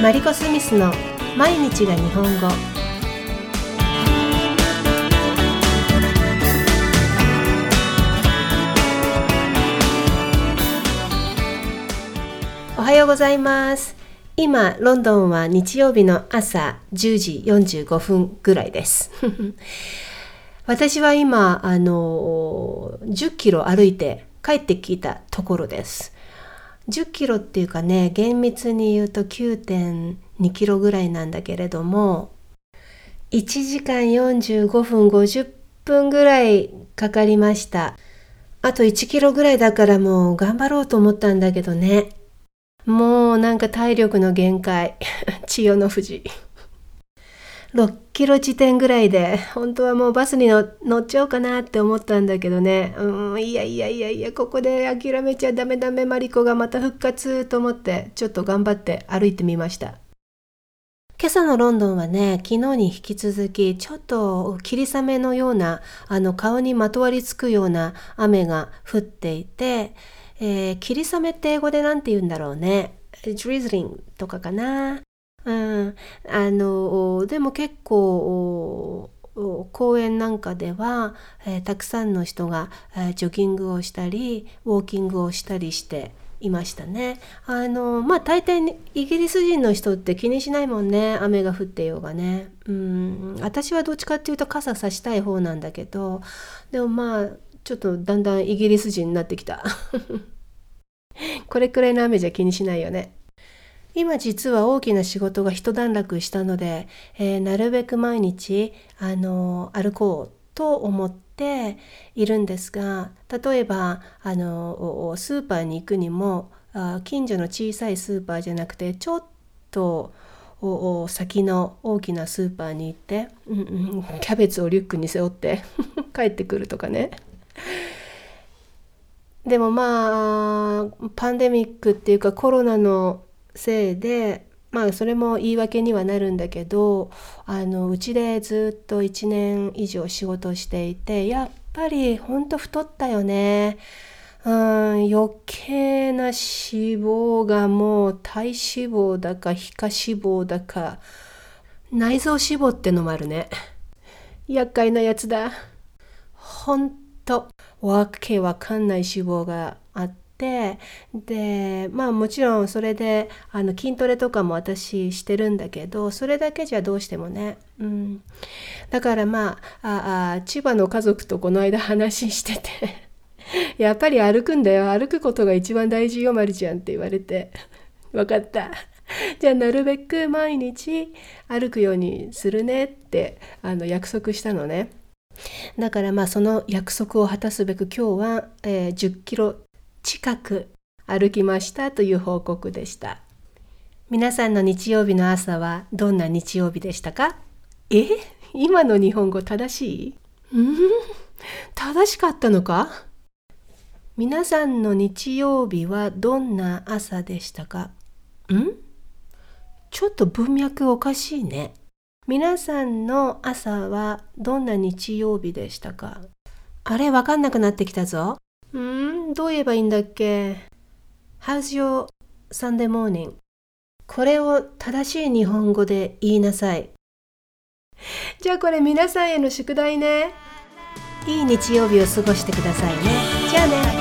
マリコ・スミスの毎日が日本語。おはようございます。今ロンドンは日曜日の朝10時45分ぐらいです私は今10キロ歩いて帰ってきたところです。10キロっていうかね、厳密に言うと 9.2 キロぐらいなんだけれども、1時間45分50分ぐらいかかりました。あと1キロぐらいだからもう頑張ろうと思ったんだけどね。もうなんか体力の限界千代の富士6キロ地点ぐらいで本当はもうバスに乗っちゃおうかなって思ったんだけどね、いやここで諦めちゃダメマリコがまた復活と思ってちょっと頑張って歩いてみました。今朝のロンドンはね、昨日に引き続きちょっと霧雨のような顔にまとわりつくような雨が降っていて、霧雨って英語でなんて言うんだろうね。drizzling とかかな。でも結構公園なんかでは、たくさんの人が、ジョギングをしたりウォーキングをしたりしていましたね。大体イギリス人の人って気にしないもんね、雨が降ってようがね。私はどっちかっていうと傘さしたい方なんだけど、でもちょっとだんだんイギリス人になってきたこれくらいの雨じゃ気にしないよね。今実は大きな仕事が一段落したので、なるべく毎日歩こうと思っているんですが、例えばスーパーに行くにも近所の小さいスーパーじゃなくてちょっと先の大きなスーパーに行って、キャベツをリュックに背負って帰ってくるとかね。でもパンデミックっていうかコロナのせいでそれも言い訳にはなるんだけど、うちでずっと1年以上仕事をしていて、やっぱりほんと太ったよね。余計な脂肪がもう体脂肪だか皮下脂肪だか内臓脂肪ってのもあるね。厄介なやつだ。ほんとわけわかんない脂肪があって、でもちろんそれで筋トレとかも私してるんだけど、それだけじゃどうしてもね、だから千葉の家族とこの間話しててやっぱり歩くんだよ、歩くことが一番大事よマリちゃんって言われて分かった、じゃあなるべく毎日歩くようにするねって約束したのね。だからその約束を果たすべく今日は、10キロ近く歩きましたという報告でした。皆さんの日曜日の朝はどんな日曜日でしたか？今の日本語正しい？正しかったのか？皆さんの日曜日はどんな朝でしたか？ちょっと文脈おかしいね。皆さんの朝はどんな日曜日でしたか？あれ、わかんなくなってきたぞ。どう言えばいいんだっけ？ How's your Sunday morning? これを正しい日本語で言いなさい。じゃあこれ皆さんへの宿題ね。いい日曜日を過ごしてくださいね。じゃあね。